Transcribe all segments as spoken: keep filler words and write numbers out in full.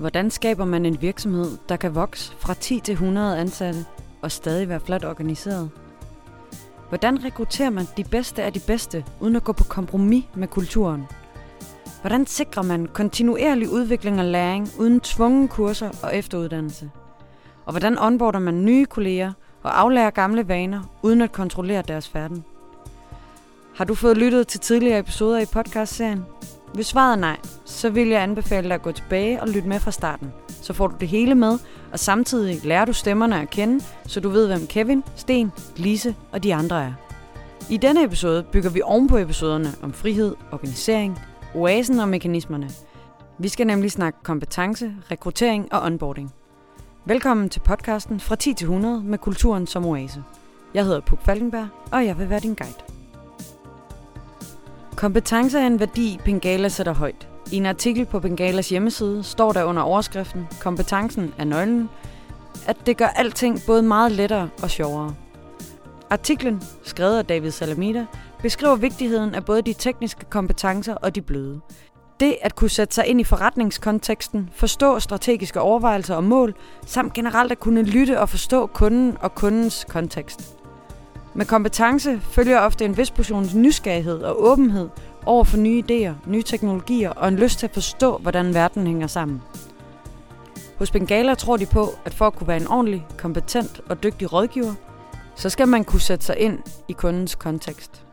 Hvordan skaber man en virksomhed, der kan vokse fra ti til hundrede ansatte og stadig være fladt organiseret? Hvordan rekrutterer man de bedste af de bedste, uden at gå på kompromis med kulturen? Hvordan sikrer man kontinuerlig udvikling og læring uden tvungne kurser og efteruddannelse? Og hvordan onboarder man nye kolleger og aflærer gamle vaner, uden at kontrollere deres færden? Har du fået lyttet til tidligere episoder i podcastserien? Hvis svaret er nej, så vil jeg anbefale dig at gå tilbage og lytte med fra starten. Så får du det hele med, og samtidig lærer du stemmerne at kende, så du ved, hvem Kevin, Sten, Lise og de andre er. I denne episode bygger vi oven på episoderne om frihed, organisering, oasen og mekanismerne. Vi skal nemlig snakke kompetence, rekruttering og onboarding. Velkommen til podcasten Fra ti til hundrede med kulturen som oase. Jeg hedder Puk Falkenberg, og jeg vil være din guide. Kompetence er en værdi, Pengala sætter højt. I en artikel på Pengalas hjemmeside står der under overskriften "Kompetencen er nøglen", at det gør alting både meget lettere og sjovere. Artiklen, skrevet af David Salamida, beskriver vigtigheden af både de tekniske kompetencer og de bløde. Det at kunne sætte sig ind i forretningskonteksten, forstå strategiske overvejelser og mål, samt generelt at kunne lytte og forstå kunden og kundens kontekst. Med kompetence følger ofte en vis portion nysgerrighed og åbenhed over for nye idéer, nye teknologier og en lyst til at forstå, hvordan verden hænger sammen. Hos Pengala tror de på, at for at kunne være en ordentlig, kompetent og dygtig rådgiver, så skal man kunne sætte sig ind i kundens kontekst.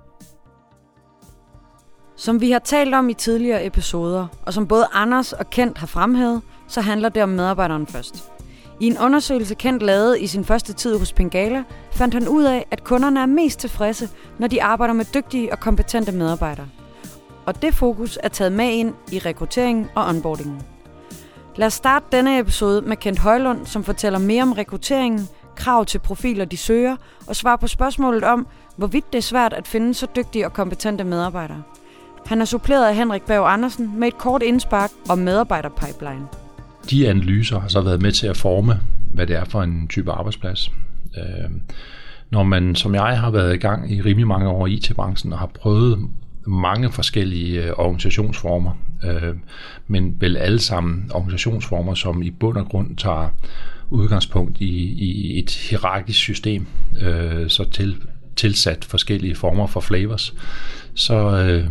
Som vi har talt om i tidligere episoder, og som både Anders og Kent har fremhævet, så handler det om medarbejderen først. I en undersøgelse, Kent lavede i sin første tid hos Pengala, fandt han ud af, at kunderne er mest tilfredse, når de arbejder med dygtige og kompetente medarbejdere. Og det fokus er taget med ind i rekrutteringen og onboardingen. Lad os starte denne episode med Kent Højlund, som fortæller mere om rekrutteringen, krav til profiler, de søger, og svarer på spørgsmålet om, hvorvidt det er svært at finde så dygtige og kompetente medarbejdere. Han er suppleret af Henrik Berg Andersen med et kort indspark om medarbejderpipeline. De analyser har så været med til at forme, hvad det er for en type arbejdsplads. Når man, som jeg, har været i gang i rimelig mange år i I T-branchen og har prøvet mange forskellige organisationsformer, men vel alle sammen organisationsformer, som i bund og grund tager udgangspunkt i, i et hierarkisk system, så til, tilsat forskellige former for flavors, så,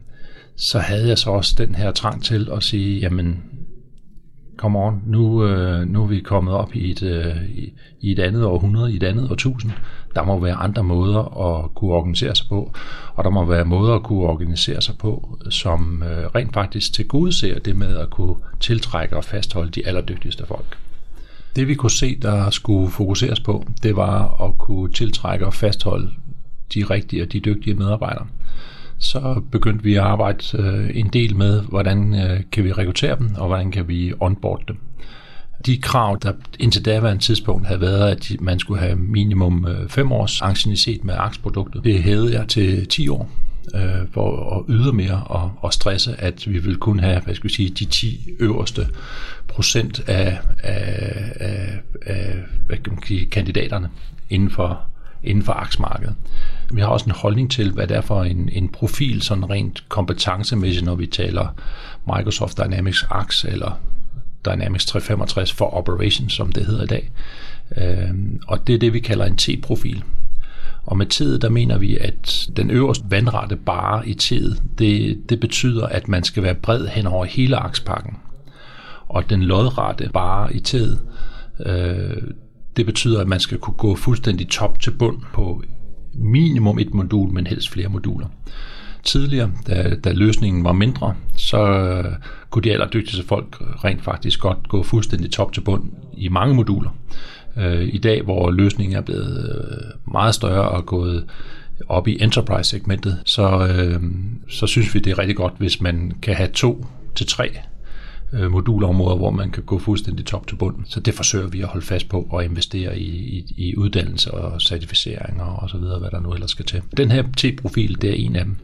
så havde jeg så også den her trang til at sige, jamen, come on, nu, øh, nu er vi kommet op i et, øh, i et andet århundrede, i et andet årtusind. Der må være andre måder at kunne organisere sig på, og der må være måder at kunne organisere sig på, som øh, rent faktisk tilgodeser det med at kunne tiltrække og fastholde de allerdygtigste folk. Det vi kunne se, der skulle fokuseres på, det var at kunne tiltrække og fastholde de rigtige og de dygtige medarbejdere. Så begyndte vi at arbejde øh, en del med, hvordan øh, kan vi rekruttere dem, og hvordan kan vi onboarde dem. De krav, der indtil daværende tidspunkt havde været, at man skulle have minimum øh, fem års anciennitet med aktieproduktet, det hævede jeg til ti år, øh, for at ydermere og, og stresse, at vi ville kun have, hvad skal vi sige, de ti øverste procent af, af, af, af hvad kan man sige, kandidaterne inden for inden for aktiemarkedet. Vi har også en holdning til, hvad det er for en, en profil, sådan rent kompetencemæssigt, når vi taler Microsoft Dynamics A X eller Dynamics tre femogtres for Operations, som det hedder i dag. Øhm, og det er det, vi kalder en T-profil. Og med tid, der mener vi, at den øverste vandrette bare i tid, det, det betyder, at man skal være bred hen over hele aktiepakken. Og den lodrette bare i tid, øh, det betyder, at man skal kunne gå fuldstændig top til bund på minimum et modul, men helst flere moduler. Tidligere, da, da løsningen var mindre, så uh, kunne de allerdygtigste folk rent faktisk godt gå fuldstændig top til bund i mange moduler. Uh, I dag, hvor løsningen er blevet uh, meget større og gået op i enterprise-segmentet, så, uh, så synes vi, det er rigtig godt, hvis man kan have to til tre modulområder, hvor man kan gå fuldstændig top til bund. Så det forsøger vi at holde fast på og investere i, i, i uddannelse og certificeringer og så videre, hvad der nu ellers skal til. Den her T-profil, det er en af dem.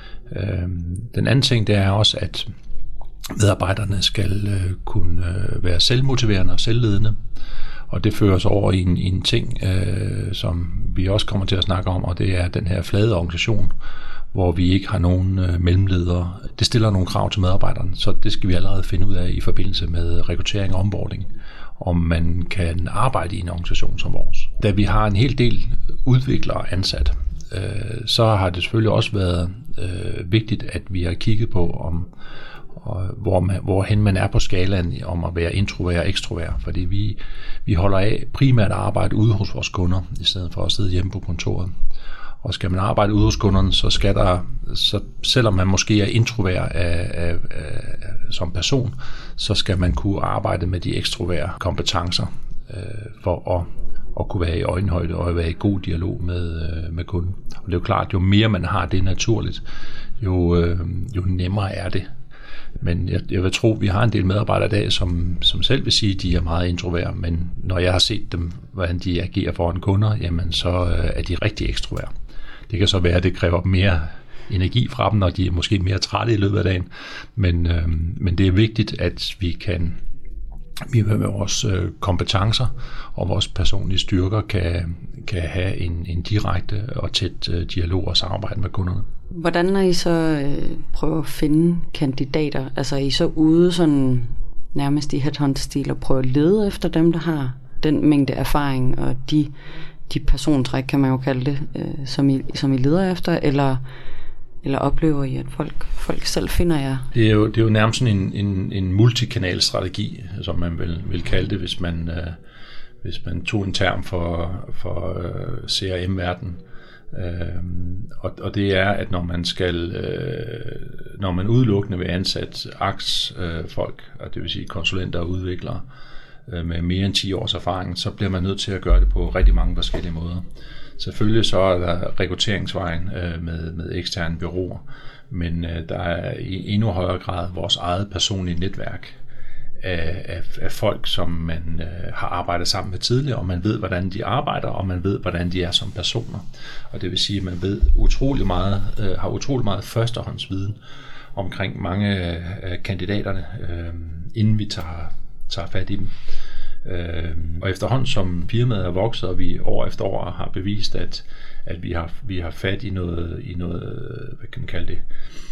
Den anden ting, det er også, at medarbejderne skal kunne være selvmotiverende og selvledende, og det fører os over i en, i en ting, som vi også kommer til at snakke om, og det er den her flade organisation, hvor vi ikke har nogen øh, mellemledere. Det stiller nogle krav til medarbejderne, så det skal vi allerede finde ud af i forbindelse med rekruttering og onboarding, om man kan arbejde i en organisation som vores. Da vi har en hel del udviklere ansat, øh, så har det selvfølgelig også været øh, vigtigt, at vi har kigget på, om og hvor man, hvorhen man er på skalaen om at være introvert og ekstrovert, fordi vi, vi holder af primært at arbejde ude hos vores kunder, i stedet for at sidde hjemme på kontoret. Og skal man arbejde ude hos kunderne, så skal der, så selvom man måske er introvert af, af, af, som person, så skal man kunne arbejde med de ekstroverte kompetencer øh, for at, at kunne være i øjenhøjde og være i god dialog med, øh, med kunden. Og det er jo klart, jo mere man har det naturligt, jo, øh, jo nemmere er det. Men jeg, jeg vil tro, at vi har en del medarbejdere i dag, som, som selv vil sige, at de er meget introverte, men når jeg har set dem, hvordan de agerer foran kunder, jamen så er de rigtig ekstroverte. Det kan så være, at det kræver mere energi fra dem, og de er måske mere trætte i løbet af dagen, men, øh, men det er vigtigt, at vi kan vi med vores øh, kompetencer og vores personlige styrker kan, kan have en, en direkte og tæt øh, dialog og samarbejde med kunderne. Hvordan når I så øh, prøver at finde kandidater? Altså er I så ude sådan nærmest i headhunt-stil og prøver at lede efter dem, der har den mængde erfaring og de, de persontræk, kan man jo kalde det, øh, som, I, som I leder efter, eller, eller oplever I, at folk, folk selv finder jer? Det er jo, det er jo nærmest sådan en, en, en multikanalstrategi, som man vil, vil kalde det, hvis man, øh, hvis man tog en term for, for øh, C R M-verdenen. Øhm, og, og det er, at når man skal, øh, når man udelukkende vil ansætte aks øh, folk, og det vil sige konsulenter og udviklere øh, med mere end ti års erfaring, så bliver man nødt til at gøre det på rigtig mange forskellige måder. Selvfølgelig så er der rekrutteringsvejen øh, med, med eksterne bureauer, men øh, der er i endnu højere grad vores eget personlige netværk af, af, af folk, som man øh, har arbejdet sammen med tidligere, og man ved, hvordan de arbejder, og man ved, hvordan de er som personer. Og det vil sige, at man ved utrolig meget, øh, har utrolig meget førstehåndsviden omkring mange af kandidaterne, øh, inden vi tager, tager fat i dem. Øh, og efterhånden som firmaet er vokset, og vi år efter år har bevist, at, at vi, har, vi har fat i noget, i noget, hvad kan man kalde det,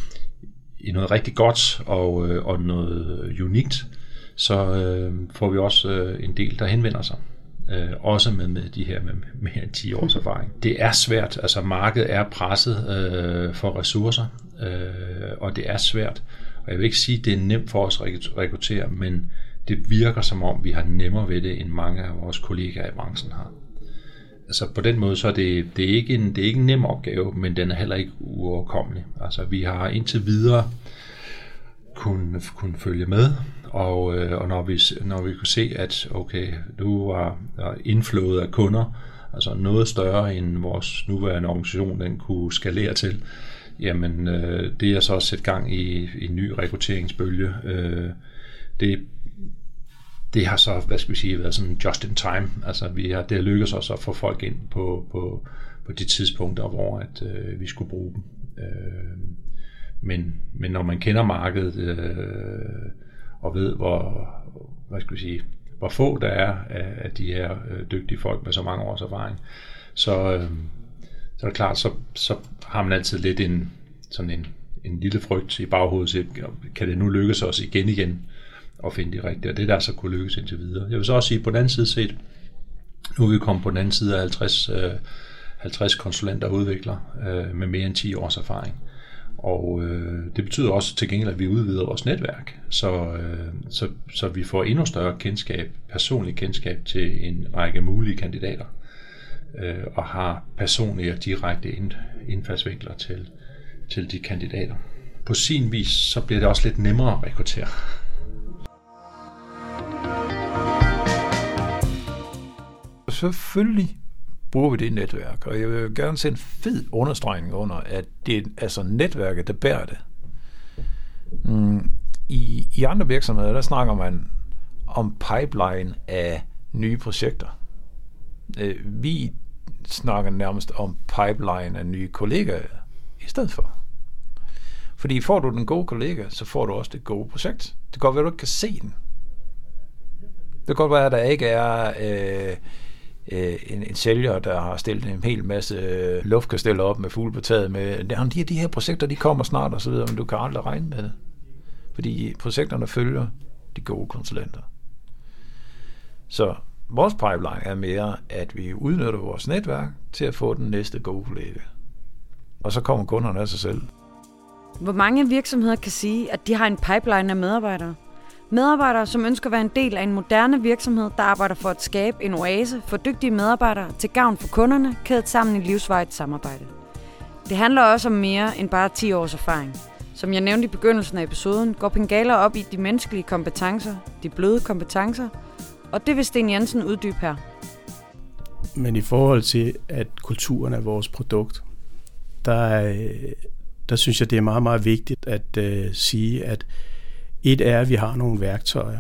i noget rigtig godt og, og noget unikt, så øh, får vi også øh, en del, der henvender sig. Øh, også med, med de her med mere end ti års erfaring. Det er svært, altså markedet er presset øh, for ressourcer, øh, og det er svært. Og jeg vil ikke sige, at det er nemt for os at rekruttere, men det virker som om, vi har nemmere ved det, end mange af vores kollegaer i branchen har. Altså på den måde, så er det, det, er ikke en, det er ikke en nem opgave, men den er heller ikke uoverkommelig. Altså vi har indtil videre kunne, kunne følge med, og, øh, og når, vi, når vi kunne se, at okay, nu var indflowet af kunder altså noget større end vores nuværende organisation, den kunne skalere til, jamen øh, det er så at sætte gang i, i en ny rekrutteringsbølge. Øh, det Det har så, hvad skal vi sige, været sådan just in time. Altså vi har, det har lykkedes os at få folk ind på, på, på de tidspunkter, hvor at, øh, vi skulle bruge dem. Øh, men, men når man kender markedet øh, og ved, hvor, hvad skal vi sige, hvor få der er af, af de her øh, dygtige folk med så mange års erfaring, så, øh, så er det klart, så, så har man altid lidt en, sådan en, en lille frygt i baghovedet til, kan det nu lykkes os igen igen og finde de rigtige, og det der så kunne lykkes indtil videre. Jeg vil så også sige, på den anden side set, nu er vi kommet på den anden side af halvtreds, øh, halvtreds konsulenter og udviklere øh, med mere end ti års erfaring. Og øh, det betyder også til gengæld, at vi udvider vores netværk, så, øh, så, så vi får endnu større kendskab, personlig kendskab til en række mulige kandidater, øh, og har personlige og direkte indfaldsvinkler til, til de kandidater. På sin vis, så bliver det også lidt nemmere at rekruttere. Selvfølgelig bruger vi det netværk, og jeg vil gerne se en fed understregning under, at det er altså netværket, der bærer det. Mm, i, I andre virksomheder, der snakker man om pipeline af nye projekter. Øh, vi snakker nærmest om pipeline af nye kollegaer i stedet for. Fordi får du den gode kollega, så får du også det gode projekt. Det kan godt være, at du ikke kan se den. Det kan godt være, at der ikke er øh, en, en sælger, der har stillet en hel masse luftkasteller op med fugle på taget med, de, de her projekter, de kommer snart og så videre, men du kan aldrig regne med det. Fordi projekterne følger de gode konsulenter. Så vores pipeline er mere, at vi udnytter vores netværk til at få den næste gode kollega. Og så kommer kunderne af sig selv. Hvor mange virksomheder kan sige, at de har en pipeline af medarbejdere? Medarbejdere, som ønsker at være en del af en moderne virksomhed, der arbejder for at skabe en oase for dygtige medarbejdere til gavn for kunderne, kædet sammen i livsvarigt samarbejde. Det handler også om mere end bare ti års erfaring. Som jeg nævnte i begyndelsen af episoden, går Pengala op i de menneskelige kompetencer, de bløde kompetencer, og det vil Sten Jensen uddybe her. Men i forhold til, at kulturen er vores produkt, der, der synes jeg, det er meget, meget vigtigt at uh, sige, at et er, at vi har nogle værktøjer.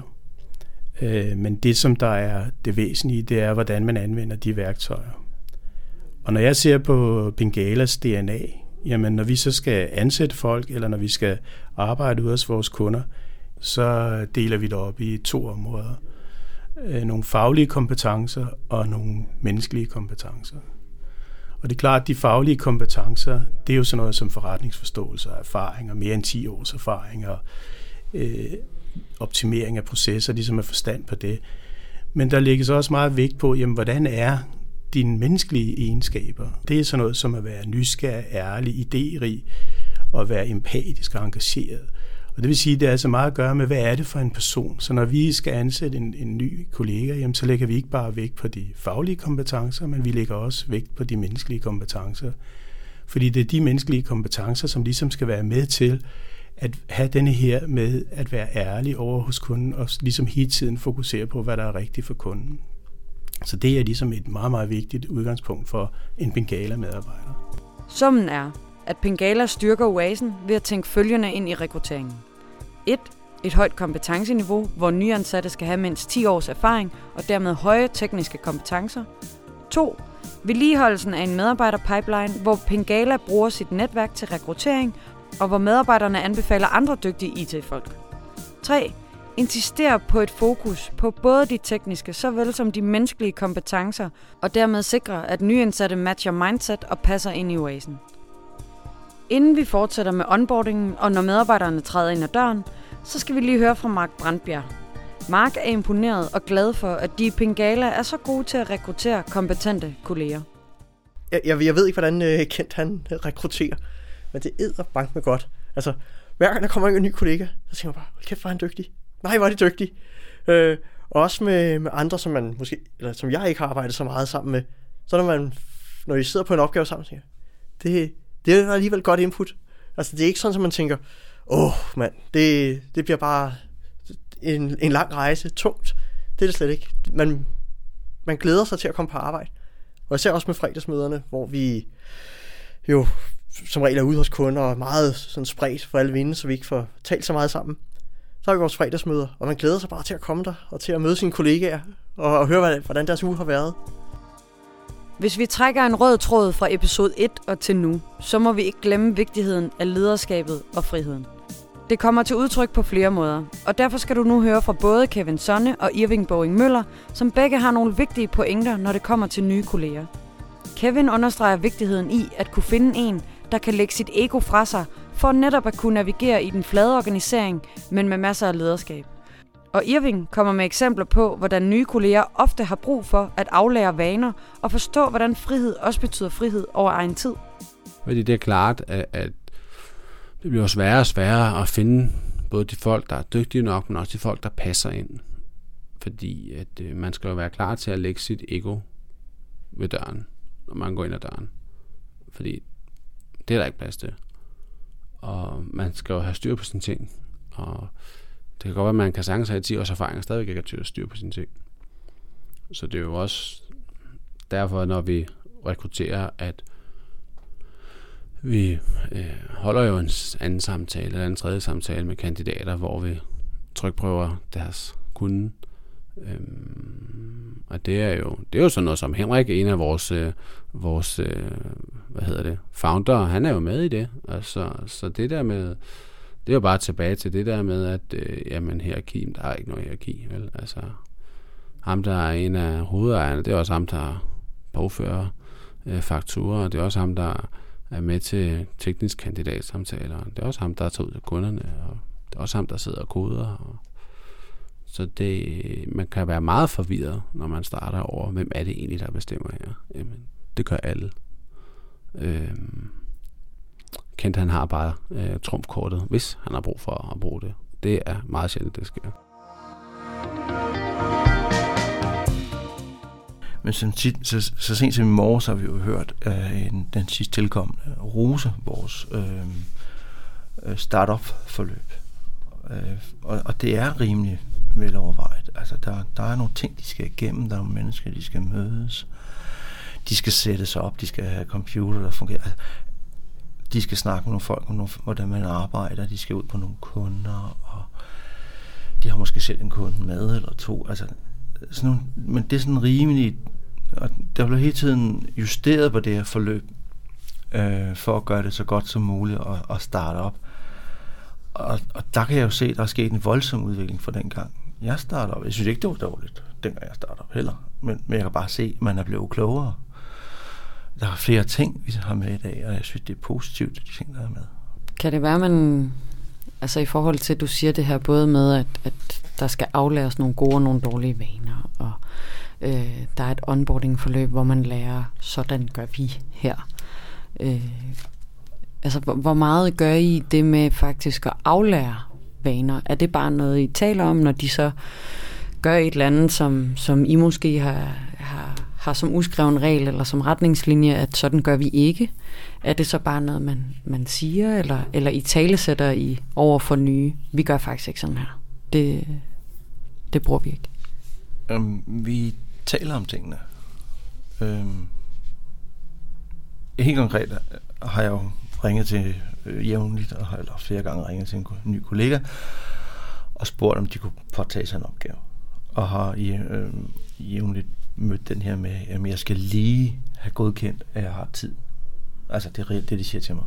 Uh, men det, som der er det væsentlige, det er, hvordan man anvender de værktøjer. Og når jeg ser på Pengalas D N A, jamen når vi så skal ansætte folk, eller når vi skal arbejde ude hos vores kunder, så deler vi det op i to områder. Nogle faglige kompetencer og nogle menneskelige kompetencer. Og det er klart, at de faglige kompetencer, det er jo sådan noget som forretningsforståelse og erfaring, og mere end ti års erfaring, og øh, optimering af processer, ligesom at forstand på det. Men der lægges også meget vægt på, jamen, hvordan er dine menneskelige egenskaber? Det er sådan noget som at være nysgerrig, ærlig, idérig, og være empatisk og engageret. Og det vil sige, at det er altså meget at gøre med, hvad er det for en person. Så når vi skal ansætte en, en ny kollega, jamen, så lægger vi ikke bare vægt på de faglige kompetencer, men vi lægger også vægt på de menneskelige kompetencer. Fordi det er de menneskelige kompetencer, som ligesom skal være med til at have denne her med at være ærlig over hos kunden, og ligesom hele tiden fokusere på, hvad der er rigtigt for kunden. Så det er ligesom et meget, meget vigtigt udgangspunkt for en Pengala-medarbejder. Summen er, at Pengala styrker oasen ved at tænke følgende ind i rekrutteringen. et. Et højt kompetenceniveau, hvor nyansatte skal have mindst ti års erfaring og dermed høje tekniske kompetencer. to. Vedligeholdelsen af en medarbejderpipeline, hvor Pengala bruger sit netværk til rekruttering, og hvor medarbejderne anbefaler andre dygtige I T-folk. tre. Insisterer på et fokus på både de tekniske såvel som de menneskelige kompetencer, og dermed sikrer, at nyansatte matcher mindset og passer ind i oasen. Inden vi fortsætter med onboardingen, og når medarbejderne træder ind ad døren, så skal vi lige høre fra Mark Brandbjerg. Mark er imponeret og glad for, at de i Pengala er så gode til at rekruttere kompetente kolleger. Jeg, jeg, jeg ved ikke, hvordan uh, Kent han rekrutterer, men det æder bank med godt. Altså, hver gang der kommer en ny kollega, så tænker man bare, hold kæft, hvor er han dygtig. Nej, hvor er de dygtige. Øh, og også med, med andre, som man måske, eller som jeg ikke har arbejdet så meget sammen med. Så når man, når I sidder på en opgave sammen, tænker det, det er alligevel godt input. Altså, det er ikke sådan, at man tænker, åh, mand, det, det bliver bare en, en lang rejse, tungt. Det er det slet ikke. Man, man glæder sig til at komme på arbejde. Og især også med fredagsmøderne, hvor vi jo som regel er ude hos kunder og meget sådan spredt for alle vinde, så vi ikke får talt så meget sammen. Så har vi vores fredagsmøder, og man glæder sig bare til at komme der, og til at møde sine kollegaer, og, og høre, hvordan deres uge har været. Hvis vi trækker en rød tråd fra episode et og til nu, så må vi ikke glemme vigtigheden af lederskabet og friheden. Det kommer til udtryk på flere måder, og derfor skal du nu høre fra både Kevin Sonne og Irving Boeing Møller, som begge har nogle vigtige pointer, når det kommer til nye kolleger. Kevin understreger vigtigheden i at kunne finde en, der kan lægge sit ego fra sig, for netop at kunne navigere i den flade organisering, men med masser af lederskab. Og Irving kommer med eksempler på, hvordan nye kolleger ofte har brug for at aflære vaner og forstå, hvordan frihed også betyder frihed over egen tid. Fordi det er klart, at, at det bliver sværere og sværere at finde både de folk, der er dygtige nok, men også de folk, der passer ind. Fordi at, øh, man skal jo være klar til at lægge sit ego ved døren, når man går ind ad døren. Fordi det er der ikke plads til. Og man skal jo have styr på sine ting. Og det kan godt være, at man kan sagtens have ti års erfaring og stadigvæk ikke have styr på sine ting. Så det er jo også derfor, når vi rekrutterer, at vi øh, holder jo en anden samtale eller en tredje samtale med kandidater, hvor vi trykprøver deres kunde. Øhm, og det er jo det er jo sådan noget som Henrik, en af vores øh, vores øh, hvad hedder det, founder, han er jo med i det. Altså, så det der med, det er jo bare tilbage til det der med, at øh, jamen hierarki, der er ikke noget hierarki, vel? Altså, ham, der er en af hovedejerne, det er også ham, der påfører øh, fakturer, og det er også ham, der er med til teknisk kandidatsamtaler. Det er også ham, der tager ud af kunderne, og det er også ham, der sidder og koder. Og så det, man kan være meget forvirret, når man starter over, hvem er det egentlig, der bestemmer her. Jamen, det gør alle. Øhm, Kent, han har bare øh, trumfkortet, hvis han har brug for at bruge det. Det er meget sjældent, det sker. Men så, så, så sent som i morges har vi jo hørt øh, den sidste tilkommende Rose, vores øh, startup-forløb. Øh, og, og det er rimelig velovervejet. Altså, der, der er nogle ting, de skal igennem. Der er nogle mennesker, de skal mødes. De skal sættes op. De skal have computer, der fungerer. Altså, de skal snakke med nogle folk om, hvordan man arbejder. De skal ud på nogle kunder. Og de har måske selv en kunde med eller to. Altså, sådan nogle, men det er sådan rimelig... Og der bliver hele tiden justeret på det her forløb, øh, for at gøre det så godt som muligt og, og starte op. Og, og der kan jeg jo se, at der er sket en voldsom udvikling fra dengang jeg startede op. Jeg synes ikke, det var dårligt, dengang jeg startede op heller. Men, men jeg kan bare se, at man er blevet klogere. Der er flere ting, vi har med i dag, og jeg synes, det er positivt, de ting, der er med. Kan det være, man... Altså i forhold til, at du siger det her, både med, at, at der skal aflæres nogle gode og nogle dårlige vaner, og øh, der er et onboarding-forløb, hvor man lærer, sådan gør vi her. Øh, altså, hvor, hvor meget gør I det med faktisk at aflære vaner? Er det bare noget, I taler om, når de så gør et eller andet, som, som I måske har, har, har som uskreven regel, eller som retningslinje, at sådan gør vi ikke? Er det så bare noget, man, man siger, eller, eller I talesætter I over for nye? Vi gør faktisk ikke sådan her. Det, det bruger vi ikke. Um, vi taler om tingene. Um, helt konkret har jeg jo ringet til øh, jævnligt, og har eller flere gange ringet til en ny kollega, og spurgt, om de kunne påtage sig en opgave. Og har øh, jævnligt mødt den her med, at jeg skal lige have godkendt, at jeg har tid. Altså, det er reelt det, de siger til mig.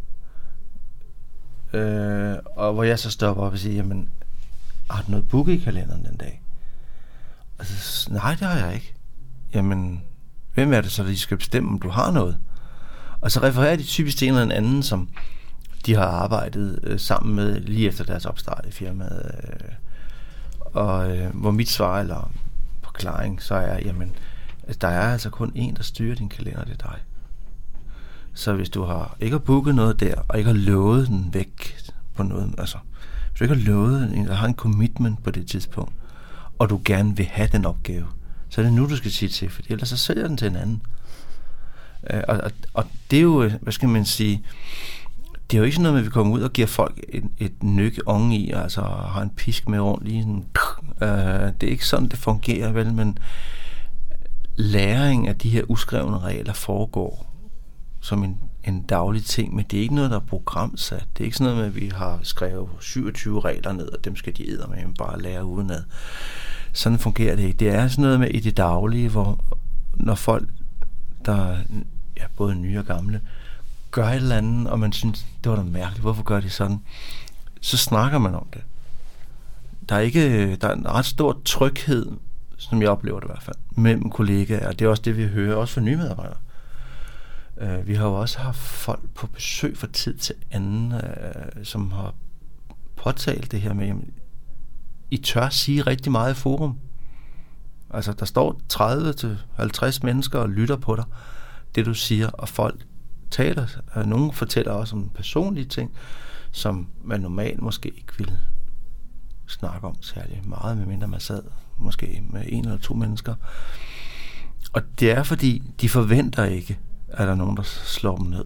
Øh, og hvor jeg så stopper op og siger, jamen, har du noget booket i kalenderen den dag? Altså, nej, det har jeg ikke. Jamen, hvem er det så, de skal bestemme, om du har noget? Og så refererer de typisk til en eller anden, som de har arbejdet øh, sammen med lige efter deres opstart i firmaet. Øh, og øh, hvor mit svar eller forklaring så er, jamen, der er altså kun en, der styrer din kalender, det er dig. Så hvis du har ikke har booket noget der, og ikke har lovet den væk på noget, altså hvis du ikke har lovet den, eller har en commitment på det tidspunkt, og du gerne vil have den opgave, så er det nu, du skal sige til, for ellers så sælger den til en anden. Øh, og, og, og det er jo, hvad skal man sige, det er jo ikke sådan noget med, at vi kommer ud og giver folk et, et nyk unge i, altså har en pisk med rundt lige sådan, øh, det er ikke sådan, det fungerer vel, men læring af de her uskrevne regler foregår som en, en daglig ting, men det er ikke noget, der er programsat. Det er ikke sådan noget med, at vi har skrevet syvogtyve regler ned, og dem skal de eddermame bare lære udenad. Sådan fungerer det ikke. Det er sådan noget med i det daglige, hvor når folk, der ja, både nye og gamle, gør et eller andet, og man synes, det var da mærkeligt, hvorfor gør de sådan? Så snakker man om det. Der er ikke, der er en ret stor tryghed, som jeg oplever det i hvert fald, mellem kollegaer, og det er også det, vi hører, også for nye medarbejdere. Uh, vi har jo også haft folk på besøg fra tid til anden, uh, som har påtalt det her med, jamen, I tør sige rigtig meget i forum. Altså, der står tredive til halvtreds mennesker og lytter på dig, det du siger, og folk taler. Uh, nogle fortæller også om personlige ting, som man normalt måske ikke ville snakke om særlig meget, medmindre man sad måske med en eller to mennesker. Og det er fordi, de forventer ikke, er der nogen, der slår dem ned.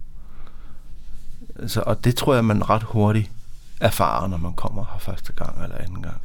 Så, og det tror jeg, man ret hurtigt erfarer, når man kommer her første gang eller anden gang.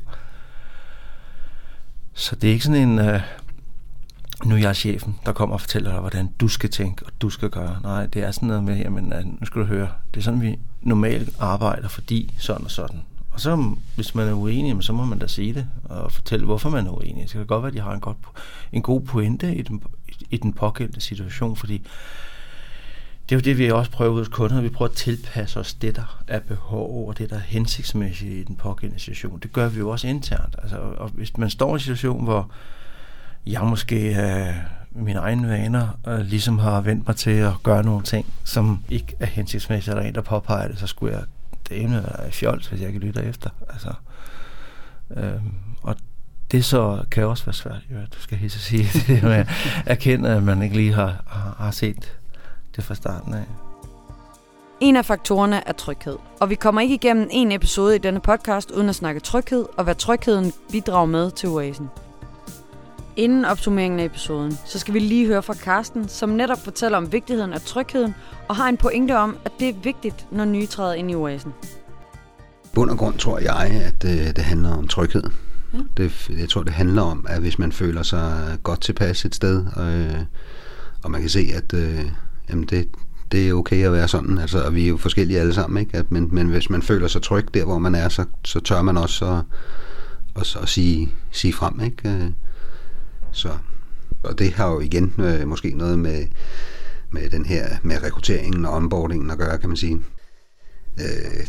Så det er ikke sådan en, uh, nu er jeg chefen, der kommer og fortæller dig, hvordan du skal tænke, og du skal gøre. Nej, det er sådan noget med, jamen, nu skal du høre, det er sådan, vi normalt arbejder, fordi sådan og sådan. Og så, hvis man er uenig, så må man da sige det, og fortælle, hvorfor man er uenig. Det kan godt være, at de har en, godt, en god pointe i den, i den pågældende situation, fordi det er jo det, vi også prøver hos kunder. Vi prøver at tilpasse os det, der er behov og det, der er hensigtsmæssigt i den pågældende situation. Det gør vi jo også internt. Altså, og hvis man står i en situation, hvor jeg måske af mine egne vaner øh, ligesom har vendt mig til at gøre nogle ting, som ikke er hensigtsmæssigt, eller en, der påpeger det, så skulle jeg det være fjols, hvis jeg kan lytte efter. Altså, øh, og det så kan også være svært, jo, at du skal helt sige det med at erkende, at man ikke lige har, har, har set det fra starten af. En af faktorerne er tryghed, og vi kommer ikke igennem en episode i denne podcast uden at snakke tryghed og hvad trygheden bidrager med til oasen. Inden opsummeringen af episoden, så skal vi lige høre fra Carsten, som netop fortæller om vigtigheden af trygheden og har en pointe om, at det er vigtigt, når nye træder ind i oasen. Bund og grund tror jeg, at det, det handler om tryghed. Ja. Det, jeg tror, det handler om, at hvis man føler sig godt tilpas et sted, og, og man kan se, at øh, jamen det, det er okay at være sådan, altså, og vi er jo forskellige alle sammen, ikke? At, men, men hvis man føler sig tryg der, hvor man er, så, så tør man også at, også at sige, sige frem, ikke? Så, og det har jo igen øh, måske noget med, med den her, med rekrutteringen og onboardingen at gøre, kan man sige. Øh,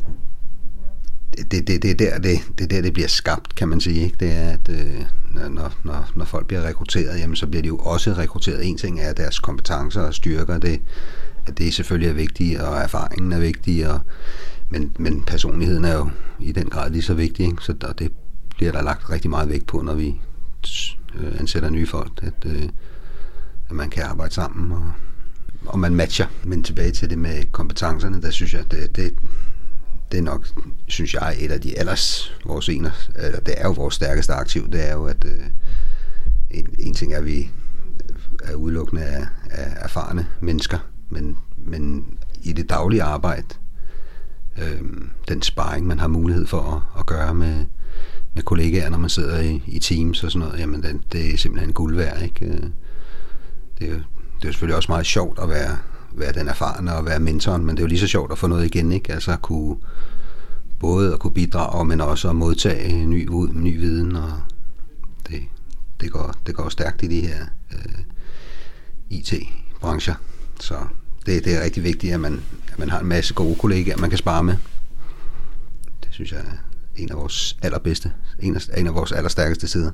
det, det, det, er der, det, det er der, det bliver skabt, kan man sige, ikke? Det er, at øh, når, når, når folk bliver rekrutteret, jamen, så bliver de jo også rekrutteret. En ting er deres kompetencer og styrker, det, at det selvfølgelig er vigtigt, og erfaringen er vigtig, og, men, men personligheden er jo i den grad lige så vigtig, ikke? Så der, det bliver der lagt rigtig meget vægt på, når vi øh, ansætter nye folk, at, øh, at man kan arbejde sammen, og, og man matcher. Men tilbage til det med kompetencerne, der synes jeg, det, det det er nok, synes jeg, et af de ellers vores ener, eller det er jo vores stærkeste aktiv, det er jo, at øh, en, en ting er, at vi er udelukkende af, af erfarne mennesker, men, men i det daglige arbejde, øh, den sparring, man har mulighed for at, at gøre med, med kollegaer, når man sidder i, i teams og sådan noget, jamen det, det er simpelthen guld værd, ikke? Det er jo, det er jo selvfølgelig også meget sjovt at være være den erfarne og være mentoren, men det er jo lige så sjovt at få noget igen, ikke? Altså at kunne både at kunne bidrage, men også at modtage ny, ny viden, og det, det, går, det går stærkt i de her øh, I T-brancher. Så det, det er rigtig vigtigt, at man, at man har en masse gode kollegaer, man kan spare med. Det synes jeg er en af vores allerbedste, en af, en af vores allerstærkeste sider.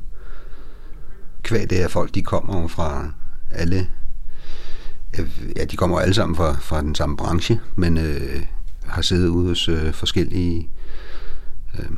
Kvæg det er folk, de kommer fra alle. Ja, de kommer alle sammen fra, fra den samme branche, men øh, har siddet ude hos øh, forskellige øh,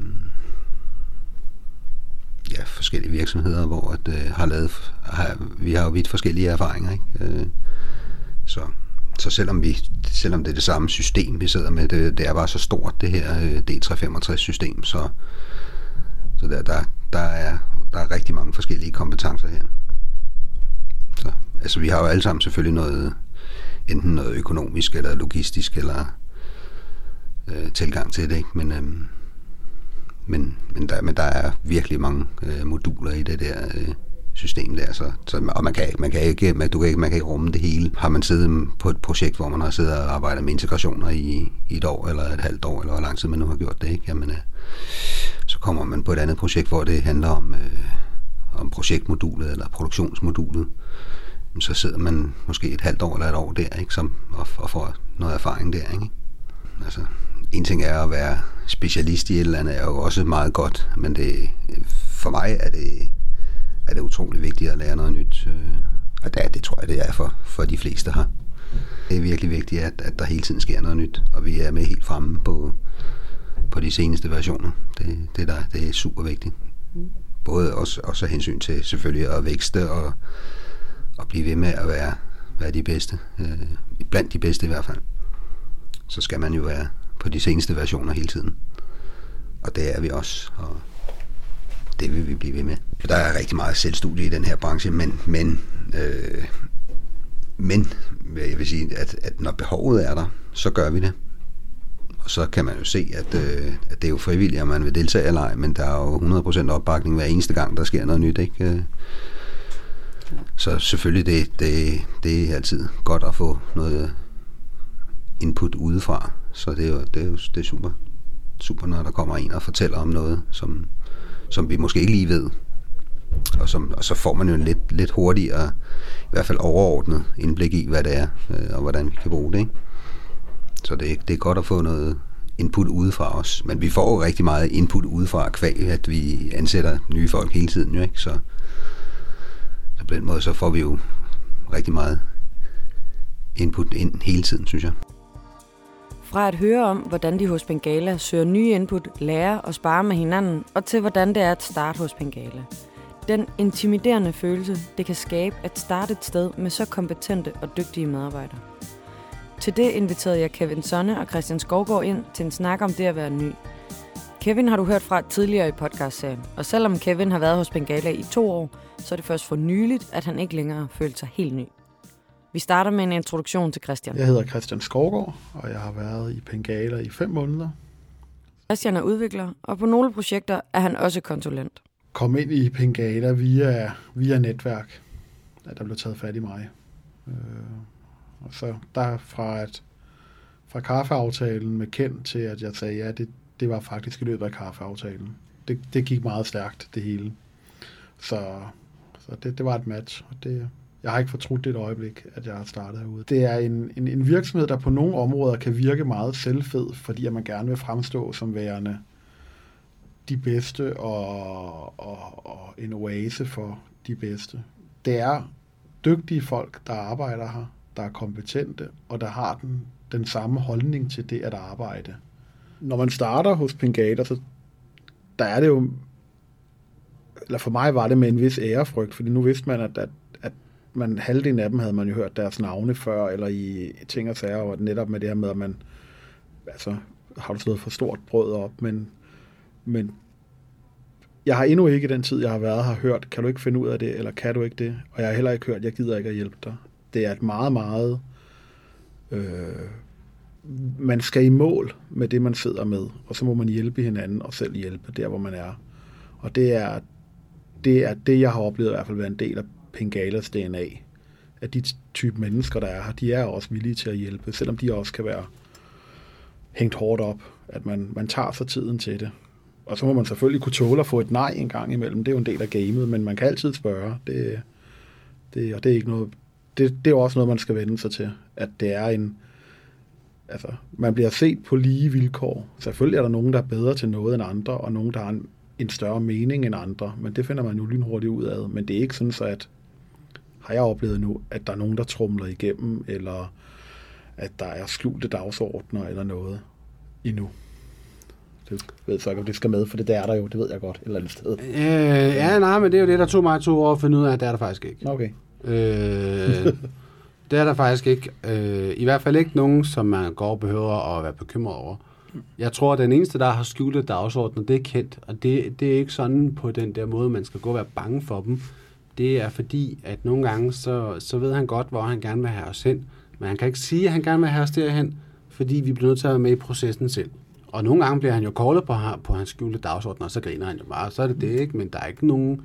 ja, forskellige virksomheder, hvor at, øh, har lavet, har, vi har jo vidt forskellige erfaringer, ikke? Øh, så, så selvom, vi, selvom det er det samme system, vi sidder med, det, det er bare så stort, det her øh, D tre femogtres system, så, så der, der, der, er, der er rigtig mange forskellige kompetencer her. Så, altså vi har jo alle sammen selvfølgelig noget, enten noget økonomisk eller logistisk eller øh, tilgang til det, ikke? Men, øh, men, men, der, men der er virkelig mange øh, moduler i det der øh, system der, så, så, og man kan, man kan ikke, man, du kan ikke, man kan ikke rumme det hele. Har man siddet på et projekt, hvor man har siddet og arbejdet med integrationer i, i et år eller et halvt år, eller hvor lang tid man nu har gjort det, ikke? Jamen, øh, så kommer man på et andet projekt, hvor det handler om øh, om projektmodulet eller produktionsmodulet, så sidder man måske et halvt år eller et år der, ikke, som, og, og får noget erfaring der, ikke? Altså, en ting er at være specialist i et eller andet, er jo også meget godt, men det, for mig er det, er det utrolig vigtigt at lære noget nyt, og det, det tror jeg, det er for, for de fleste her. Det er virkelig vigtigt, at, at der hele tiden sker noget nyt, og vi er med helt fremme på, på de seneste versioner. Det, det, der, det er super vigtigt. Både også, også af hensyn til selvfølgelig at vækste og, og blive ved med at være, være de bedste. Øh, blandt de bedste i hvert fald. Så skal man jo være på de seneste versioner hele tiden. Og det er vi også, og det vil vi blive ved med. Der er rigtig meget selvstudie i den her branche, men, men, øh, men jeg vil sige, at, at når behovet er der, så gør vi det. Og så kan man jo se, at, øh, at det er jo frivilligt, om man vil deltage eller ej, men der er jo hundrede procent opbakning hver eneste gang, der sker noget nyt, ikke? Så selvfølgelig, det, det, det er altid godt at få noget input udefra, så det er jo, det er jo det er super, super, når der kommer en og fortæller om noget, som, som vi måske ikke lige ved. Og, som, og så får man jo en lidt, lidt hurtigere, i hvert fald overordnet indblik i, hvad det er, øh, og hvordan vi kan bruge det. Ikke? Så det er, det er godt at få noget input udefra os. Men vi får jo rigtig meget input udefra, kvæg, at vi ansætter nye folk hele tiden. Jo, ikke? Så, så på den måde så får vi jo rigtig meget input ind hele tiden, synes jeg. Fra at høre om, hvordan de hos Bengala søger nye input, lærer og sparer med hinanden, og til hvordan det er at starte hos Bengala. Den intimiderende følelse, det kan skabe at starte et sted med så kompetente og dygtige medarbejdere. Til det inviterede jeg Kevin Sonne og Christian Skovgaard ind til en snak om det at være ny. Kevin har du hørt fra tidligere i podcastserien, og selvom Kevin har været hos Bengala i to år, så er det først for nyligt, at han ikke længere følte sig helt ny. Vi starter med en introduktion til Christian. Jeg hedder Christian Skovgaard, og jeg har været i Bengala i fem måneder. Christian er udvikler, og på nogle projekter er han også konsulent. Kom ind i Bengala via, via netværk, at der blev taget fat i mig. Øh, og så derfra at, fra kaffeaftalen med Ken til, at jeg sagde, ja, det, det var faktisk i løbet af kaffeaftalen. Det, det gik meget stærkt, det hele. Så, så det, det var et match, og det... Jeg har ikke fortrudt det et øjeblik, at jeg har startet herude. Det er en, en, en virksomhed, der på nogle områder kan virke meget selvfed, fordi at man gerne vil fremstå som værende de bedste og, og, og en oase for de bedste. Det er dygtige folk, der arbejder her, der er kompetente, og der har den, den samme holdning til det at arbejde. Når man starter hos Bengala, så der er det jo, eller for mig var det med en vis ærefrygt, fordi nu vidste man, at, at man, halvdelen af dem havde man jo hørt deres navne før, eller i ting og sager, og netop med det her med, at man, altså, har du slået for stort brød op, men, men jeg har endnu ikke i den tid, jeg har været her, hørt, kan du ikke finde ud af det, eller kan du ikke det? Og jeg har heller ikke hørt, jeg gider ikke at hjælpe dig. Det er et meget, meget, øh, man skal i mål med det, man sidder med, og så må man hjælpe hinanden, og selv hjælpe der, hvor man er. Og det er det, er det jeg har oplevet i hvert fald være en del af Bengalas D N A, at de type mennesker, der er her, de er også villige til at hjælpe, selvom de også kan være hængt hårdt op, at man, man tager sig tiden til det. Og så må man selvfølgelig kunne tåle at få et nej en gang imellem, det er jo en del af gamet, men man kan altid spørge, det, det, og det er ikke noget, det, det er også noget, man skal vende sig til, at det er en, altså, man bliver set på lige vilkår. Selvfølgelig er der nogen, der er bedre til noget end andre, og nogen, der har en, en større mening end andre, men det finder man jo lynhurtigt ud af, men det er ikke sådan så, at har jeg oplevet nu, at der er nogen, der trumler igennem, eller at der er skjulte dagsordner eller noget endnu. Det ved jeg så ikke, om det skal med, for det der er der jo, det ved jeg godt, et eller andet sted. Øh, ja, nej, men det er jo det, der tog mig to år at finde ud af, at det er der faktisk ikke. Okay. Øh, det er der faktisk ikke. Øh, I hvert fald ikke nogen, som man går og behøver at være bekymret over. Jeg tror, at den eneste, der har skjulte dagsordner, det er Kent, og det, det er ikke sådan på den der måde, man skal gå og være bange for dem. Det er fordi, at nogle gange, så, så ved han godt, hvor han gerne vil have os hen. Men han kan ikke sige, at han gerne vil have os derhen, fordi vi bliver nødt til at være med i processen selv. Og nogle gange bliver han jo callet på, på hans skjulte dagsordner, og så griner han jo bare. Så er det det, ikke? Men der er ikke nogen...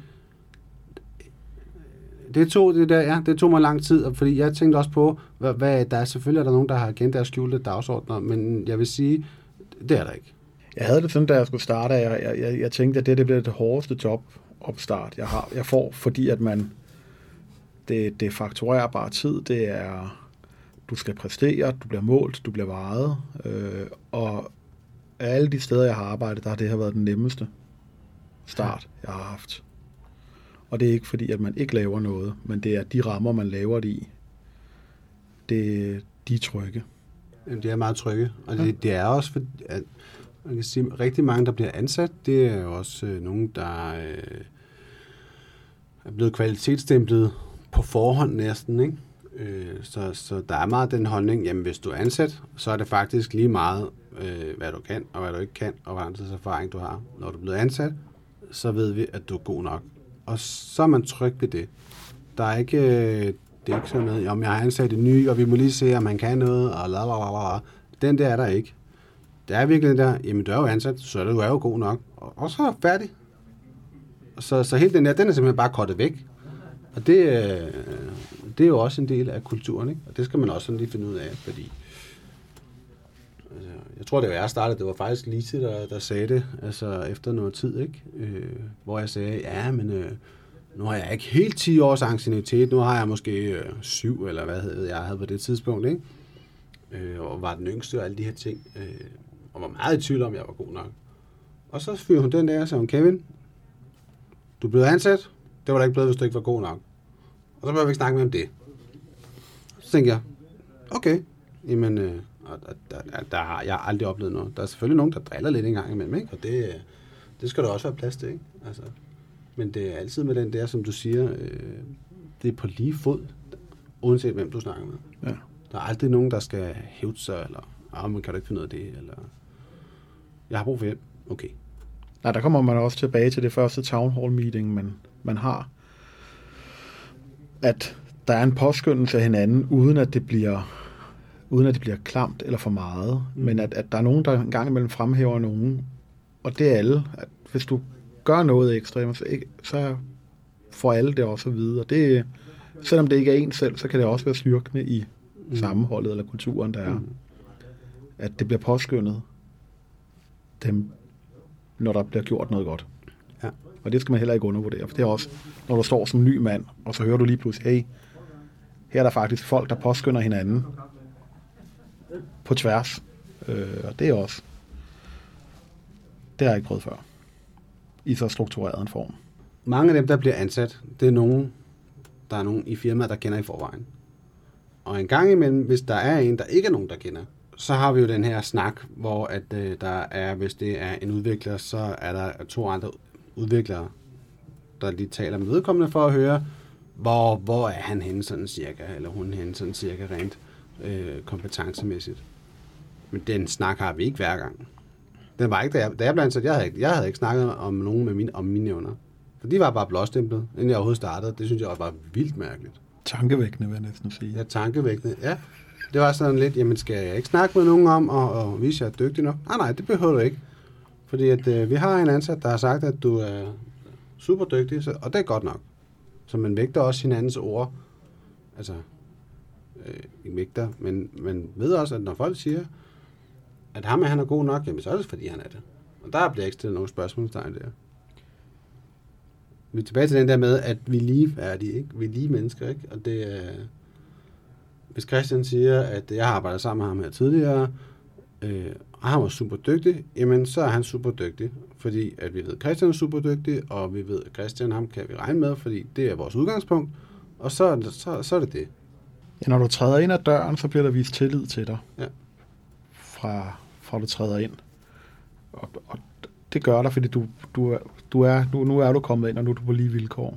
Det tog, det der, ja, det tog mig lang tid, fordi jeg tænkte også på, hvad, hvad der er selvfølgelig er der nogen, der har kendt deres skjulte dagsordner, men jeg vil sige, det er der ikke. Jeg havde det sådan, da jeg skulle starte, jeg, jeg, jeg, jeg tænkte, at det, det bliver det hårdeste job opstart, jeg har, jeg får, fordi at man, det, det fakturerer bare tid, det er, du skal præstere, du bliver målt, du bliver vejet, øh, og alle de steder, jeg har arbejdet, der har det her været den nemmeste start, jeg har haft. Og det er ikke fordi, at man ikke laver noget, men det er de rammer, man laver det i, det, de er trygge. Jamen, det er meget trygge, og det, det er også, for, at man kan sige, rigtig mange, der bliver ansat, det er jo også øh, nogen, der øh, er blevet kvalitetsstemplet på forhånd næsten, ikke? Øh, så, så der er meget den holdning, jamen hvis du er ansat, så er det faktisk lige meget, øh, hvad du kan, og hvad du ikke kan, og hvad lang tids erfaring du har. Når du er blevet ansat, så ved vi, at du er god nok. Og så er man tryg ved det. Der er ikke, øh, det er ikke sådan noget, om jeg har ansat en ny, og vi må lige se, om han kan noget, og lalalala. Den der er der ikke. Det er virkelig den der, jamen du er jo ansat, så er du jo god nok. Og, og så er jeg færdig. Så, så hele den der, den er simpelthen bare kortet væk. Og det, øh, det er jo også en del af kulturen, ikke? Og det skal man også sådan lige finde ud af, fordi altså, jeg tror, det var jeg startede, det var faktisk Lise, der, der sagde det, altså efter noget tid, ikke? Øh, hvor jeg sagde, ja, men øh, nu har jeg ikke helt ti års anciennitet, nu har jeg måske øh, syv, eller hvad hed jeg havde på det tidspunkt, ikke? Øh, og var den yngste og alle de her ting, øh, og var meget i tvivl om, jeg var god nok. Og så fyrer hun den der, og sagde hun, Kevin, du er blevet ansat, det var da ikke blevet, hvis du ikke var god nok. Og så behøver vi ikke snakke mere om det. Så tænkte jeg, okay, jamen, øh, der, der, der har jeg aldrig oplevet noget. Der er selvfølgelig nogen, der driller lidt en gang imellem, ikke? Og det, det skal der også være plads til, ikke? Altså, men det er altid med den der, som du siger, øh, det er på lige fod, uanset hvem du snakker med. Ja. Der er aldrig nogen, der skal hæve sig, eller, ah, man kan du ikke finde noget af det, eller, jeg har brug for hjælp. Okay. Nej, der kommer man også tilbage til det første town hall meeting, man, man har. At der er en påskyndelse af hinanden, uden at det bliver, uden at det bliver klamt eller for meget. Mm. Men at, at der er nogen, der en gang imellem fremhæver nogen, og det er alle. At hvis du gør noget ekstra, så, ikke, så får alle det også at vide. Og det, selvom det ikke er en selv, så kan det også være styrkende i mm. sammenholdet eller kulturen, der er. Mm. At det bliver påskyndet, dem, når der bliver gjort noget godt. Ja. Og det skal man heller ikke undervurdere, for det er også, når du står som ny mand, og så hører du lige pludselig, hey, her er der faktisk folk, der påskynder hinanden på tværs. Øh, og det er også, det har jeg ikke prøvet før, i så struktureret en form. Mange af dem, der bliver ansat, det er nogen, der er nogen i firmaet, der kender i forvejen. Og en gang imellem, hvis der er en, der ikke er nogen, der kender, så har vi jo den her snak, hvor at, øh, der er, hvis det er en udvikler, så er der to andre udviklere, der lige taler med vedkommende for at høre, hvor, hvor er han henne sådan cirka, eller hun henne sådan cirka rent øh, kompetencemæssigt. Men den snak har vi ikke hver gang. Den var ikke, da jeg, da jeg blev ansat, jeg havde, ikke, jeg havde ikke snakket om nogen med mine, om mine evner. For de var bare blåstemplet, inden jeg overhovedet startede. Det synes jeg også var vildt mærkeligt. Tankevækkende, vil jeg næsten sige. Ja, tankevækkende, ja. Det var sådan lidt, jamen skal jeg ikke snakke med nogen om, og, og vise, at jeg er dygtig nok? Nej, nej, det behøver du ikke. Fordi at, øh, vi har en ansat, der har sagt, at du er super dygtig, så, og det er godt nok. Så man vægter også hinandens ord. Altså, øh, ikke vægter, men man ved også, at når folk siger, at ham er han er god nok, jamen så er det fordi han er det. Og der bliver ikke stillet nogen spørgsmålstegn der. Vi er tilbage til den der med, at vi er ligeværdige, ikke? Vi er lige mennesker, ikke? Og det er... Hvis Christian siger, at jeg har arbejdet sammen med ham her tidligere, øh, og han var super dygtig, jamen så er han super dygtig, fordi at vi ved, at Christian er super dygtig, og vi ved, at Christian ham kan vi regne med, fordi det er vores udgangspunkt, og så, så, så er det det. Ja, når du træder ind ad døren, så bliver der vist tillid til dig, ja. fra, fra du træder ind. Og, og det gør der, fordi du, du, du er, nu, nu er du kommet ind, og nu er du på lige vilkår.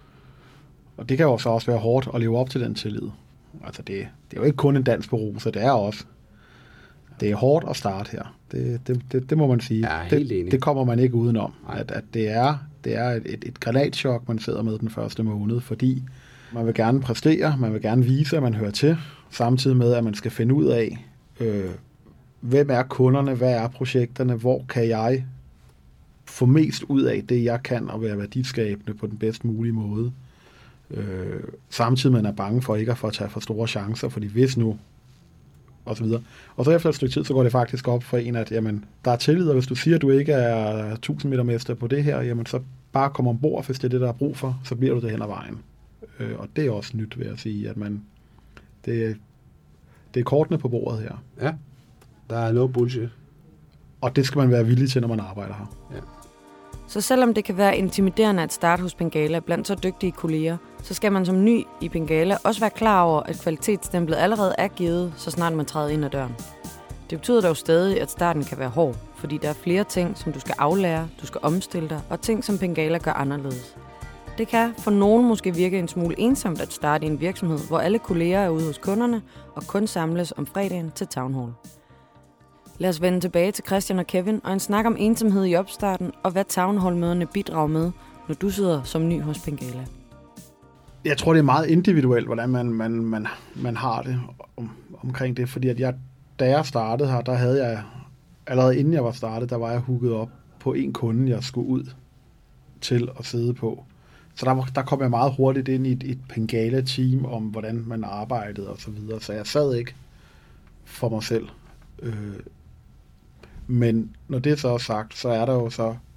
Og det kan jo så også være hårdt at leve op til den tillid. Altså det, det er jo ikke kun en dans på roser, det er også, det er hårdt at starte her. Det, det, det, det må man sige. Ja, helt det, det kommer man ikke udenom. At, at det er, det er et, et, et granatschok, man sidder med den første måned, fordi man vil gerne præstere, man vil gerne vise, at man hører til, samtidig med, at man skal finde ud af, øh, hvem er kunderne, hvad er projekterne, hvor kan jeg få mest ud af det, jeg kan, og være værdiskabende på den bedst mulige måde. Øh, samtidig man er bange for ikke at få tage for store chancer, fordi hvis nu, og så videre. Og så efter et stykke tid, så går det faktisk op for en, at jamen, der er tillid, og hvis du siger, at du ikke er tusind meter mester på det her, jamen så bare kom ombord, hvis det er det, der er brug for, så bliver du det hen ad vejen. Øh, og det er også nyt, vil jeg sige, at man, det, det er kortene på bordet her. Ja, der er no bullshit. Og det skal man være villig til, når man arbejder her. Ja. Så selvom det kan være intimiderende at starte hos Bengala blandt så dygtige kolleger, så skal man som ny i Bengala også være klar over, at kvalitetsstemplet allerede er givet, så snart man træder ind ad døren. Det betyder dog stadig, at starten kan være hård, fordi der er flere ting, som du skal aflære, du skal omstille dig, og ting, som Bengala gør anderledes. Det kan for nogen måske virke en smule ensomt at starte i en virksomhed, hvor alle kolleger er ude hos kunderne og kun samles om fredagen til Town Hall. Lad os vende tilbage til Christian og Kevin og en snak om ensomhed i opstarten og hvad Town Hall-møderne bidrager med, når du sidder som ny hos Bengala. Jeg tror, det er meget individuelt, hvordan man, man, man, man har det om, omkring det, fordi at jeg, da jeg startede her, der havde jeg, allerede inden jeg var startet, der var jeg hooket op på en kunde, jeg skulle ud til at sidde på. Så der, der kom jeg meget hurtigt ind i et, et Bengala-team om, hvordan man arbejdede og så videre, så jeg sad ikke for mig selv. Øh, Men når det så er sagt, så er der jo så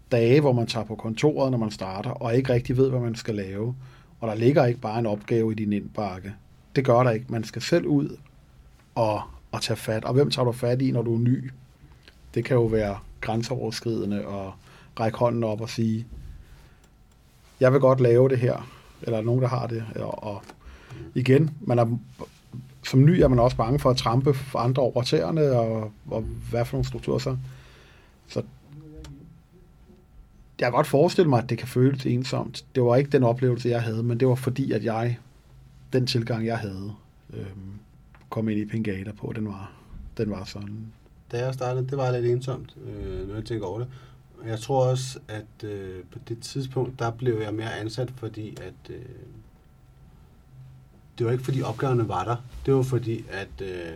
dage, hvor man tager på kontoret, når man starter, og ikke rigtig ved, hvad man skal lave. Og der ligger ikke bare en opgave i din indbakke. Det gør der ikke. Man skal selv ud og, og tage fat. Og hvem tager du fat i, når du er ny? Det kan jo være grænseoverskridende og række hånden op og sige, jeg vil godt lave det her. Eller nogen, der har det. Og, og igen, man er, som ny er man også bange for at trampe for andre over tæerne, og, og hvad for nogle strukturer så. Så jeg kan godt forestille mig, at det kan føles ensomt. Det var ikke den oplevelse, jeg havde, men det var fordi, at jeg, den tilgang, jeg havde, øhm, kom ind i Pengada på, den var, den var sådan. Da jeg startede, det var lidt ensomt, øh, når jeg tænker over det. Jeg tror også, at øh, på det tidspunkt, der blev jeg mere ansat, fordi at øh, det var ikke fordi opgaverne var der. Det var fordi, at øh,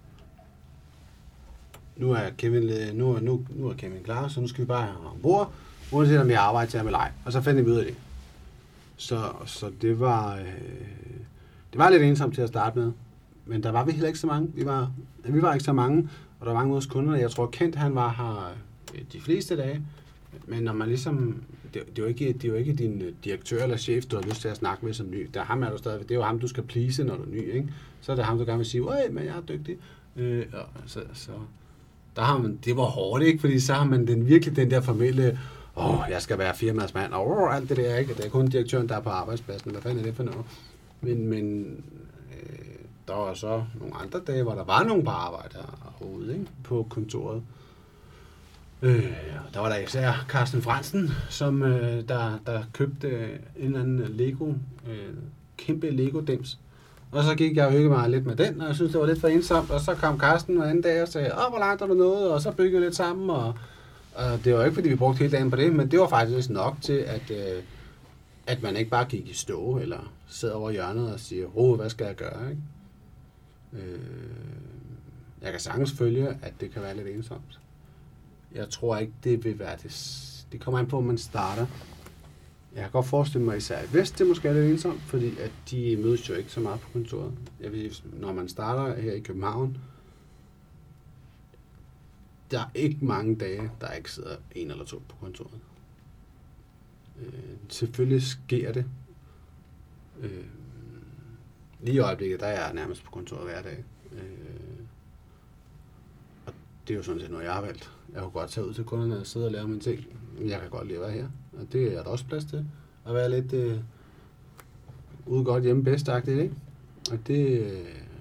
nu er Kevin nu, nu, nu er Kevin klar, så nu skal vi bare have ombord, uanset om jeg arbejder til ham eller ej. Og så fandt jeg ud af det. Så, så det var øh, det var lidt ensomt til at starte med. Men der var vi heller ikke så mange. Vi var, vi var ikke så mange, og der var mange af vores kunder. Jeg tror, Kent han var her de fleste dage. Men når man ligesom, det, det, er jo ikke, det er jo ikke din direktør eller chef, du har lyst til at snakke med som ny. Der er ham, er du stadig, det er jo ham, du skal please, når du er ny, ikke? Så er det ham, du gerne vil sige, øj, men jeg er dygtig. Øh, så, så, der har man, det var hårdt, ikke? Fordi så har man den, virkelig den der formelle, åh, jeg skal være firmadsmand, og åh, alt det der, ikke? Det er kun direktøren, der er på arbejdspladsen. Hvad fanden er det for noget? Men, men øh, der var så nogle andre dage, hvor der var nogen på arbejde herude, ikke? På kontoret. Øh, der var der især Carsten Fransen, som øh, der, der købte en eller anden Lego, øh, kæmpe Lego-dims. Og så gik jeg og hyggede mig lidt med den, og jeg synes, det var lidt for ensomt. Og så kom Carsten en anden dag og sagde, åh, hvor langt er du nået? Og så byggede vi lidt sammen. Og, og det var ikke, fordi vi brugte hele dagen på det, men det var faktisk nok til, at, øh, at man ikke bare gik i stå, eller sidder over hjørnet og siger, åh, hvad skal jeg gøre? Ikke? Øh, jeg kan sagtens følge, at det kan være lidt ensomt. Jeg tror ikke, det vil være det. Det kommer an på, hvor man starter. Jeg kan godt forestille mig, især i Vest, det måske er lidt ensomt, fordi at de mødes jo ikke så meget på kontoret. Jeg ved, når man starter her i København, der er ikke mange dage, der ikke sidder en eller to på kontoret. Øh, selvfølgelig sker det. Øh, lige i øjeblikket, der er jeg nærmest på kontoret hver dag. Øh, og det er jo sådan set noget, jeg har valgt. Jeg kunne godt tage ud til kunderne og sidde og lave mine ting. Men jeg kan godt lide at være her. Og det er der også plads til. At være lidt øh, ude godt hjemme bedst-agtigt, ikke? Og det... Øh,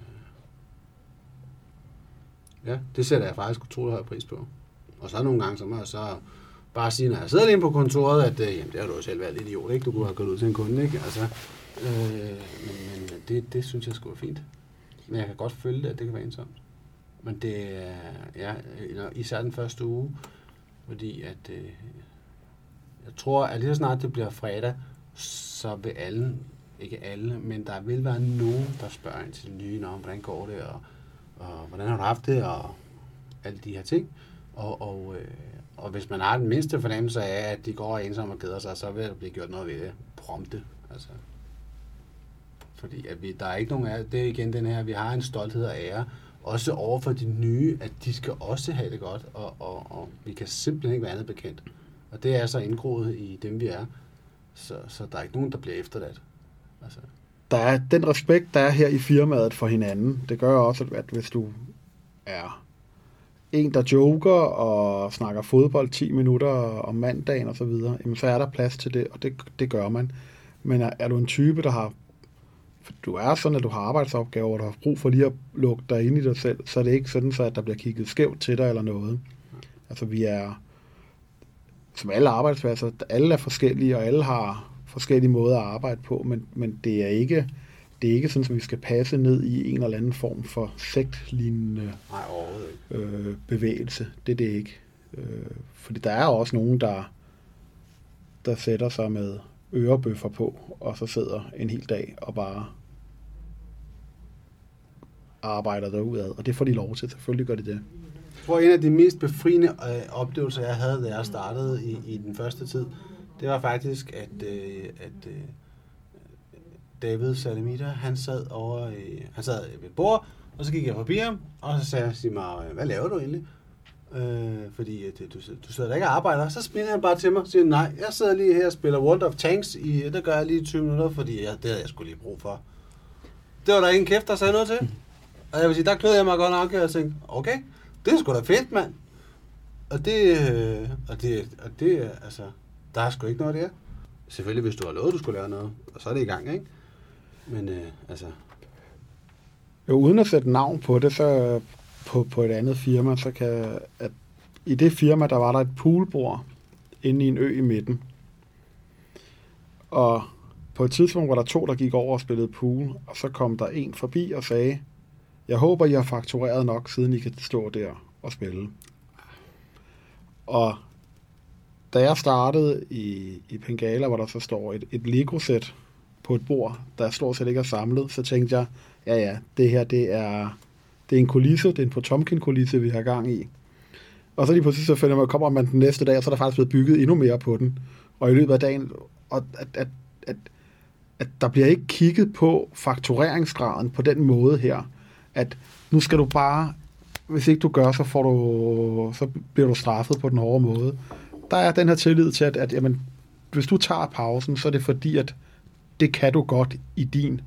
ja, det sætter jeg faktisk utrolig høj pris på. Og så nogle gange, så må jeg så bare sige, når jeg sidder lige på kontoret, at øh, jamen, det har du jo selv været lidt idiot, ikke? Du kunne have gået ud til en kunde, ikke? Altså, øh, men men det, det synes jeg sgu er fint. Men jeg kan godt følge det, at det kan være ensomt. Men det er, ja, især den første uge, fordi at, øh, jeg tror, at lige så snart det bliver fredag, så vil alle, ikke alle, men der vil være nogen, der spørger ind til det nye, om hvordan går det, og, og hvordan har du haft det, og alle de her ting. Og, og, øh, og hvis man har den mindste fornemmelse af, at de går ensomme og keder sig, så vil der blive gjort noget ved det prompte. Altså. Fordi at vi, der er ikke nogen af det er igen den her, vi har en stolthed og ære, også over for de nye, at de skal også have det godt, og, og, og vi kan simpelthen ikke være andet bekendt. Og det er så indgroet i dem, vi er. Så, så der er ikke nogen, der bliver efterladt. Altså. Der er den respekt, der er her i firmaet for hinanden. Det gør også, at hvis du er en, der joker og snakker fodbold ti minutter om mandagen og så videre, jamen, så er der plads til det, og det, det gør man. Men er, er du en type, der har du er sådan, at du har arbejdsopgaver, og du har brug for lige at lukke dig ind i dig selv, så er det ikke sådan, så at der bliver kigget skævt til dig eller noget. Altså vi er, som alle arbejdspladser, alle er forskellige, og alle har forskellige måder at arbejde på, men, men det er ikke det er ikke sådan, at vi skal passe ned i en eller anden form for sektlignende øh, bevægelse. Det er det ikke. Øh, fordi der er også nogen, der, der sætter sig med ørebøffer på, og så sidder en hel dag og bare arbejder derudad. Og det får de lov til. Selvfølgelig gør de det. For en af de mest befriende øh, oplevelser, jeg havde, da jeg startede i, i den første tid, det var faktisk, at, øh, at øh, David Salamita, han sad over i, han sad ved et bord, og så gik jeg forbi ham, og så sagde han til mig, hvad laver du egentlig? Øh, fordi øh, du, du sidder der ikke og arbejder. Så smiler han bare til mig og siger, nej, jeg sidder lige her og spiller World of Tanks. I, det gør jeg lige i tyve minutter, fordi jeg, det havde jeg sgu lige brug for. Det var der ingen kæft, der sagde noget til. Og jeg vil sige, der knød jeg mig godt nok, og jeg tænkte, okay, det er sgu da fedt, mand. Og det, øh, og det, og det, altså, der er sgu ikke noget der. Selvfølgelig, hvis du har lovet, du skulle lære noget, og så er det i gang, ikke? Men øh, altså... Jo, uden at sætte navn på det, så på, på et andet firma, så kan... At i det firma, der var der et poolbord inde i en ø i midten. Og på et tidspunkt var der to, der gik over og spillede pool, og så kom der en forbi og sagde, jeg håber, I har faktureret nok, siden I kan stå der og spille. Og da jeg startede i, i Pengala, hvor der så står et, et Lego-sæt på et bord, der stort set ikke er samlet, så tænkte jeg, ja ja, det her det er, det er en kulisse, det er en Potomkin-kulisse, vi har gang i. Og så lige pludselig så finder man, kommer man den næste dag, og så er der faktisk blevet bygget endnu mere på den. Og i løbet af dagen, og at, at, at, at der bliver ikke kigget på faktureringsgraden på den måde her, at nu skal du bare, hvis ikke du gør, så, får du, så bliver du straffet på den hårde måde. Der er den her tillid til, at, at jamen, hvis du tager pausen, så er det fordi, at det kan du godt i din,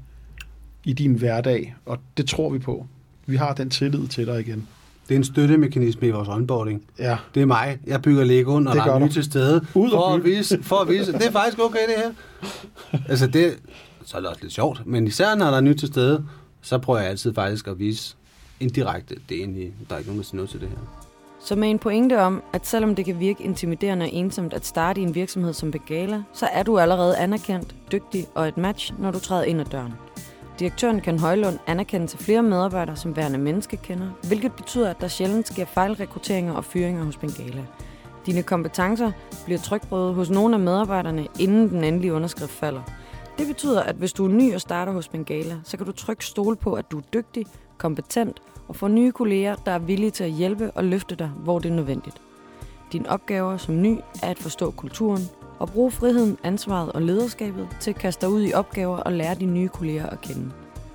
i din hverdag, og det tror vi på. Vi har den tillid til dig igen. Det er en støttemekanisme i vores onboarding. Ja. Det er mig. Jeg bygger Legoen, og det der er nye til stede. Ud for, at vise, for at vise, det er faktisk okay, det her. Altså, det, så er det også lidt sjovt. Men især når der er nye til stede, så prøver jeg altid faktisk at vise indirekte, det er egentlig, der er ikke nogen, der siger noget til det her. Så med en pointe om, at selvom det kan virke intimiderende og ensomt at starte i en virksomhed som Pengala, så er du allerede anerkendt, dygtig og et match, når du træder ind ad døren. Direktøren Ken Højlund anerkender til flere medarbejdere som værende menneskekender, hvilket betyder, at der sjældent sker fejlrekrutteringer og fyringer hos Pengala. Dine kompetencer bliver trykprøvet hos nogle af medarbejderne, inden den endelige underskrift falder. Det betyder, at hvis du er ny og starter hos Pengala, så kan du trygt stole på, at du er dygtig, kompetent og får nye kolleger, der er villige til at hjælpe og løfte dig, hvor det er nødvendigt. Dine opgaver som ny er at forstå kulturen og bruge friheden, ansvaret og lederskabet til at kaste dig ud i opgaver og lære de nye kolleger at kende.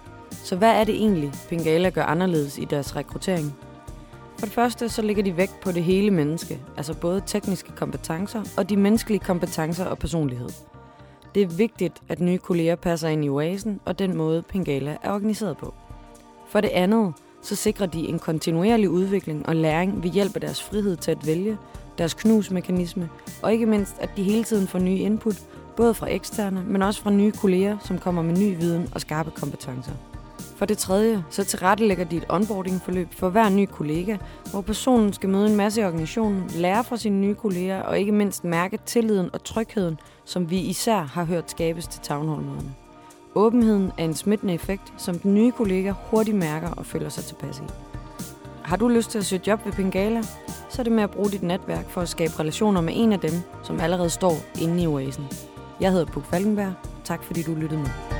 Så hvad er det egentlig, Pengala gør anderledes i deres rekruttering? For det første så lægger de vægt på det hele menneske, altså både tekniske kompetencer og de menneskelige kompetencer og personlighed. Det er vigtigt, at nye kolleger passer ind i oasen og den måde, Pengala er organiseret på. For det andet, så sikrer de en kontinuerlig udvikling og læring ved hjælp af deres frihed til at vælge, deres knusmekanisme, og ikke mindst, at de hele tiden får nye input, både fra eksterne, men også fra nye kolleger, som kommer med ny viden og skarpe kompetencer. For det tredje, så tilrettelægger de et onboarding-forløb for hver ny kollega, hvor personen skal møde en masse i organisationen, lære fra sine nye kolleger og ikke mindst mærke tilliden og trygheden, som vi især har hørt skabes til townhall-møderne. Åbenheden er en smittende effekt, som den nye kollega hurtigt mærker og føler sig tilpas i. Har du lyst til at søge job ved Pengala, så er det med at bruge dit netværk for at skabe relationer med en af dem, som allerede står inde i oasen. Jeg hedder Puk Falkenberg. Tak fordi du lyttede med.